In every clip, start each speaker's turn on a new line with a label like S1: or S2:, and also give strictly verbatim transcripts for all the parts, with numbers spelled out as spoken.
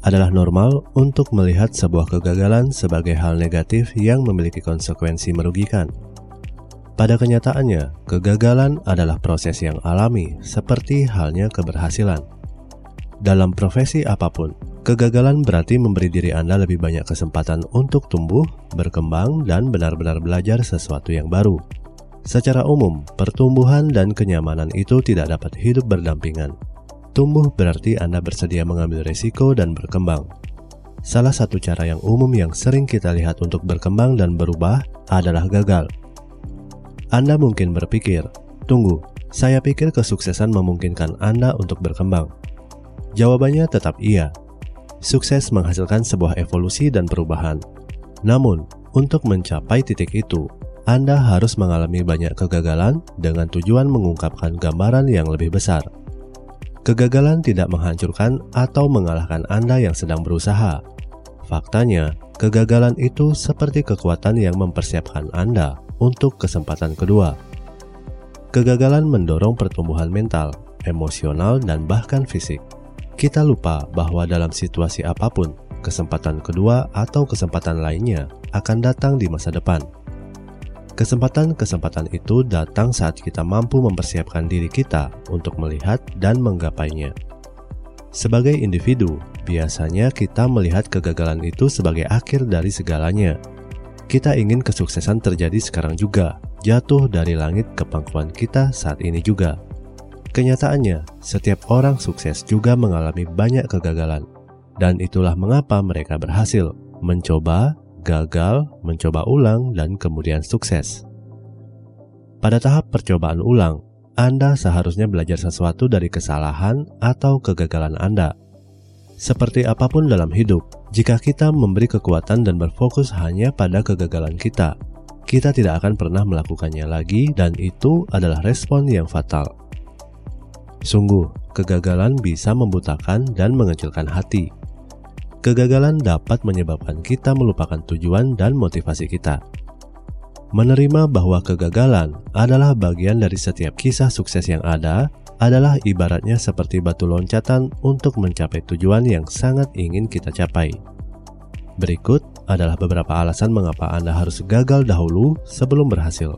S1: adalah normal untuk melihat sebuah kegagalan sebagai hal negatif yang memiliki konsekuensi merugikan. Pada kenyataannya, kegagalan adalah proses yang alami seperti halnya keberhasilan. Dalam profesi apapun, kegagalan berarti memberi diri Anda lebih banyak kesempatan untuk tumbuh, berkembang, dan benar-benar belajar sesuatu yang baru. Secara umum, pertumbuhan dan kenyamanan itu tidak dapat hidup berdampingan. Tumbuh berarti Anda bersedia mengambil risiko dan berkembang. Salah satu cara yang umum yang sering kita lihat untuk berkembang dan berubah adalah gagal. Anda mungkin berpikir, tunggu, saya pikir kesuksesan memungkinkan Anda untuk berkembang. Jawabannya tetap iya. Sukses menghasilkan sebuah evolusi dan perubahan. Namun, untuk mencapai titik itu, Anda harus mengalami banyak kegagalan dengan tujuan mengungkapkan gambaran yang lebih besar. Kegagalan tidak menghancurkan atau mengalahkan Anda yang sedang berusaha. Faktanya, kegagalan itu seperti kekuatan yang mempersiapkan Anda untuk kesempatan kedua. Kegagalan mendorong pertumbuhan mental, emosional, dan bahkan fisik. Kita lupa bahwa dalam situasi apapun, kesempatan kedua atau kesempatan lainnya akan datang di masa depan. Kesempatan-kesempatan itu datang saat kita mampu mempersiapkan diri kita untuk melihat dan menggapainya. Sebagai individu, biasanya kita melihat kegagalan itu sebagai akhir dari segalanya. Kita ingin kesuksesan terjadi sekarang juga, jatuh dari langit ke pangkuan kita saat ini juga. Kenyataannya, setiap orang sukses juga mengalami banyak kegagalan, dan itulah mengapa mereka berhasil mencoba, gagal, mencoba ulang, dan kemudian sukses. Pada tahap percobaan ulang, Anda seharusnya belajar sesuatu dari kesalahan atau kegagalan Anda. Seperti apapun dalam hidup, jika kita memberi kekuatan dan berfokus hanya pada kegagalan kita, kita tidak akan pernah melakukannya lagi, dan itu adalah respon yang fatal. Sungguh, kegagalan bisa membutakan dan mengecilkan hati. Kegagalan dapat menyebabkan kita melupakan tujuan dan motivasi kita. Menerima bahwa kegagalan adalah bagian dari setiap kisah sukses yang ada adalah ibaratnya seperti batu loncatan untuk mencapai tujuan yang sangat ingin kita capai. Berikut adalah beberapa alasan mengapa Anda harus gagal dahulu sebelum berhasil.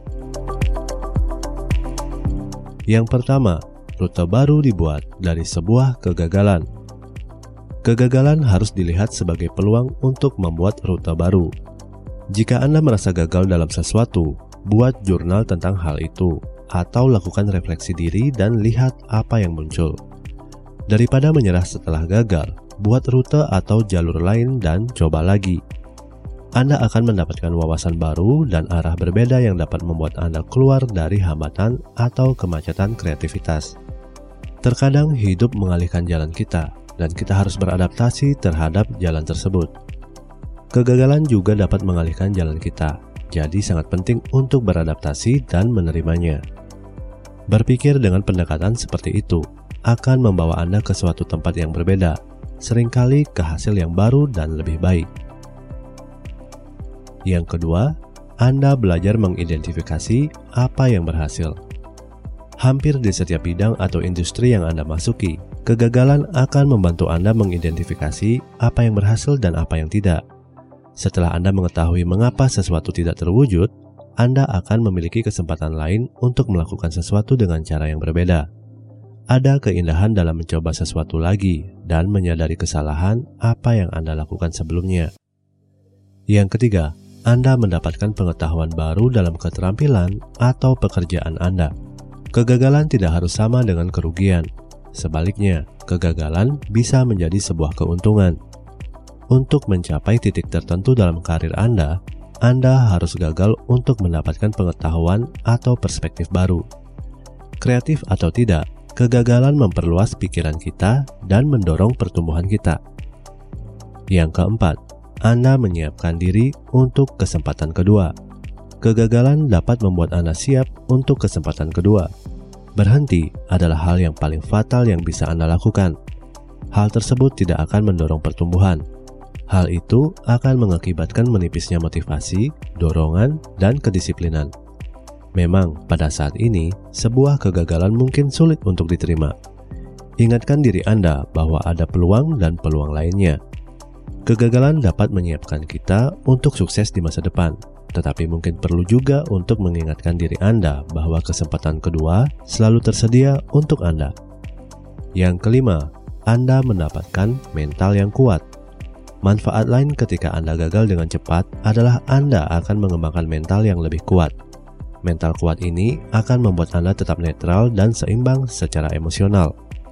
S1: Yang pertama, rute baru dibuat dari sebuah kegagalan. Kegagalan harus dilihat sebagai peluang untuk membuat rute baru. Jika Anda merasa gagal dalam sesuatu, buat jurnal tentang hal itu, atau lakukan refleksi diri dan lihat apa yang muncul. Daripada menyerah setelah gagal, buat rute atau jalur lain dan coba lagi. Anda akan mendapatkan wawasan baru dan arah berbeda yang dapat membuat Anda keluar dari hambatan atau kemacetan kreativitas. Terkadang hidup mengalihkan jalan kita, dan kita harus beradaptasi terhadap jalan tersebut. Kegagalan juga dapat mengalihkan jalan kita, jadi sangat penting untuk beradaptasi dan menerimanya. Berpikir dengan pendekatan seperti itu akan membawa Anda ke suatu tempat yang berbeda, seringkali ke hasil yang baru dan lebih baik. Yang kedua, Anda belajar mengidentifikasi apa yang berhasil. Hampir di setiap bidang atau industri yang Anda masuki, kegagalan akan membantu Anda mengidentifikasi apa yang berhasil dan apa yang tidak. Setelah Anda mengetahui mengapa sesuatu tidak terwujud, Anda akan memiliki kesempatan lain untuk melakukan sesuatu dengan cara yang berbeda. Ada keindahan dalam mencoba sesuatu lagi dan menyadari kesalahan apa yang Anda lakukan sebelumnya. Yang ketiga, Anda mendapatkan pengetahuan baru dalam keterampilan atau pekerjaan Anda. Kegagalan tidak harus sama dengan kerugian. Sebaliknya, kegagalan bisa menjadi sebuah keuntungan. Untuk mencapai titik tertentu dalam karir Anda, Anda harus gagal untuk mendapatkan pengetahuan atau perspektif baru. Kreatif atau tidak, kegagalan memperluas pikiran kita dan mendorong pertumbuhan kita. Yang keempat, Anda menyiapkan diri untuk kesempatan kedua. Kegagalan dapat membuat Anda siap untuk kesempatan kedua. Berhenti adalah hal yang paling fatal yang bisa Anda lakukan. Hal tersebut tidak akan mendorong pertumbuhan. Hal itu akan mengakibatkan menipisnya motivasi, dorongan, dan kedisiplinan. Memang, pada saat ini, sebuah kegagalan mungkin sulit untuk diterima. Ingatkan diri Anda bahwa ada peluang dan peluang lainnya. Kegagalan dapat menyiapkan kita untuk sukses di masa depan, tetapi mungkin perlu juga untuk mengingatkan diri Anda bahwa kesempatan kedua selalu tersedia untuk Anda. Yang kelima, Anda mendapatkan mental yang kuat. Manfaat lain ketika Anda gagal dengan cepat adalah Anda akan mengembangkan mental yang lebih kuat. Mental kuat ini akan membuat Anda tetap netral dan seimbang secara emosional.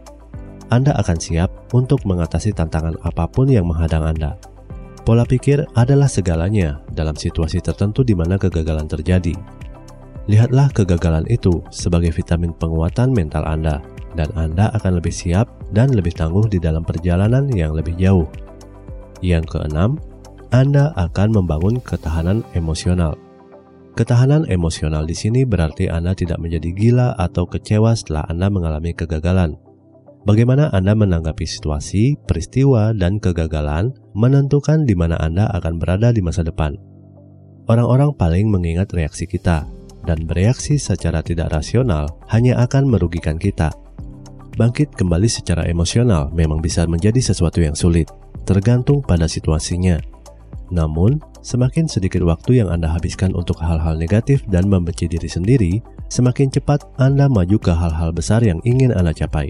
S1: Anda akan siap untuk mengatasi tantangan apapun yang menghadang Anda. Pola pikir adalah segalanya dalam situasi tertentu di mana kegagalan terjadi. Lihatlah kegagalan itu sebagai vitamin penguatan mental Anda, dan Anda akan lebih siap dan lebih tangguh di dalam perjalanan yang lebih jauh. Yang keenam, Anda akan membangun ketahanan emosional. Ketahanan emosional di sini berarti Anda tidak menjadi gila atau kecewa setelah Anda mengalami kegagalan. Bagaimana Anda menanggapi situasi, peristiwa, dan kegagalan menentukan di mana Anda akan berada di masa depan. Orang-orang paling mengingat reaksi kita, dan bereaksi secara tidak rasional hanya akan merugikan kita. Bangkit kembali secara emosional memang bisa menjadi sesuatu yang sulit, tergantung pada situasinya. Namun, semakin sedikit waktu yang Anda habiskan untuk hal-hal negatif dan membenci diri sendiri, semakin cepat Anda maju ke hal-hal besar yang ingin Anda capai.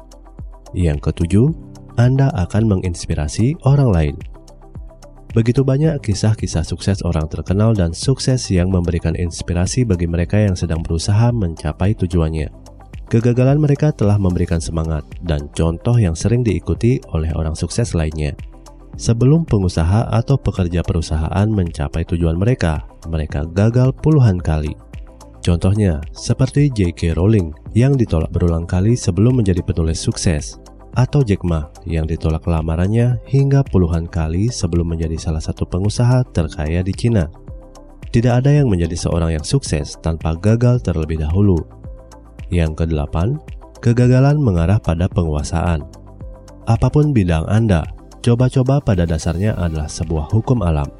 S1: Yang ketujuh, Anda akan menginspirasi orang lain. Begitu banyak kisah-kisah sukses orang terkenal dan sukses yang memberikan inspirasi bagi mereka yang sedang berusaha mencapai tujuannya. Kegagalan mereka telah memberikan semangat dan contoh yang sering diikuti oleh orang sukses lainnya. Sebelum pengusaha atau pekerja perusahaan mencapai tujuan mereka, mereka gagal puluhan kali. Contohnya, seperti J K Rowling yang ditolak berulang kali sebelum menjadi penulis sukses, atau Jack Ma yang ditolak lamarannya hingga puluhan kali sebelum menjadi salah satu pengusaha terkaya di Cina. Tidak ada yang menjadi seorang yang sukses tanpa gagal terlebih dahulu. Yang kedelapan, kegagalan mengarah pada penguasaan. Apapun bidang Anda, coba-coba pada dasarnya adalah sebuah hukum alam.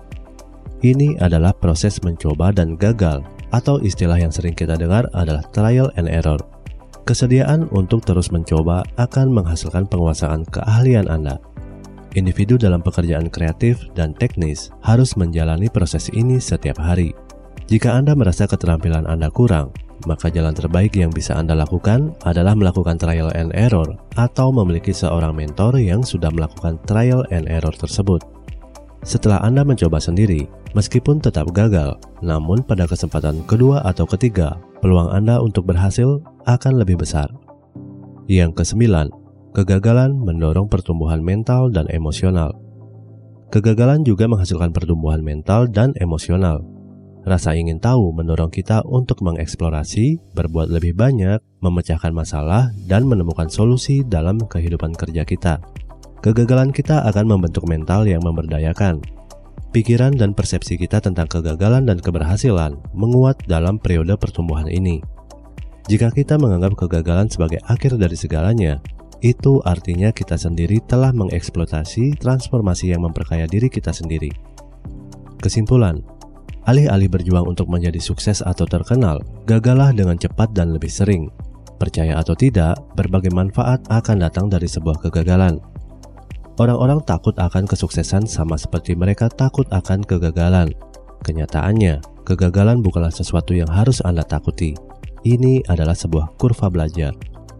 S1: Ini adalah proses mencoba dan gagal, atau istilah yang sering kita dengar adalah trial and error. Kesediaan untuk terus mencoba akan menghasilkan penguasaan keahlian Anda. Individu dalam pekerjaan kreatif dan teknis harus menjalani proses ini setiap hari. Jika Anda merasa keterampilan Anda kurang, maka jalan terbaik yang bisa Anda lakukan adalah melakukan trial and error atau memiliki seorang mentor yang sudah melakukan trial and error tersebut. Setelah Anda mencoba sendiri, meskipun tetap gagal, namun pada kesempatan kedua atau ketiga, peluang Anda untuk berhasil akan lebih besar. Yang kesembilan, kegagalan mendorong pertumbuhan mental dan emosional. Kegagalan juga menghasilkan pertumbuhan mental dan emosional. Rasa ingin tahu mendorong kita untuk mengeksplorasi, berbuat lebih banyak, memecahkan masalah, dan menemukan solusi dalam kehidupan kerja kita. Kegagalan kita akan membentuk mental yang memberdayakan. Pikiran dan persepsi kita tentang kegagalan dan keberhasilan menguat dalam periode pertumbuhan ini. Jika kita menganggap kegagalan sebagai akhir dari segalanya, itu artinya kita sendiri telah mengeksploitasi transformasi yang memperkaya diri kita sendiri. Kesimpulan, alih-alih berjuang untuk menjadi sukses atau terkenal, gagallah dengan cepat dan lebih sering. Percaya atau tidak, berbagai manfaat akan datang dari sebuah kegagalan. Orang-orang takut akan kesuksesan sama seperti mereka takut akan kegagalan. Kenyataannya, kegagalan bukanlah sesuatu yang harus Anda takuti. Ini adalah sebuah kurva belajar.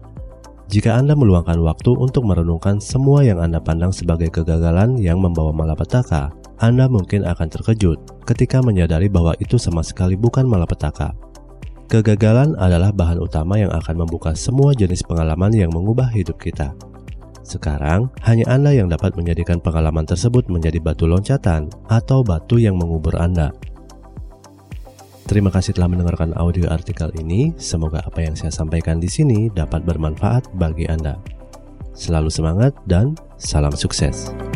S1: Jika Anda meluangkan waktu untuk merenungkan semua yang Anda pandang sebagai kegagalan yang membawa malapetaka, Anda mungkin akan terkejut ketika menyadari bahwa itu sama sekali bukan malapetaka. Kegagalan adalah bahan utama yang akan membuka semua jenis pengalaman yang mengubah hidup kita. Sekarang, hanya Anda yang dapat menjadikan pengalaman tersebut menjadi batu loncatan atau batu yang mengubur Anda. Terima kasih telah mendengarkan audio artikel ini. Semoga apa yang saya sampaikan di sini dapat bermanfaat bagi Anda. Selalu semangat dan salam sukses.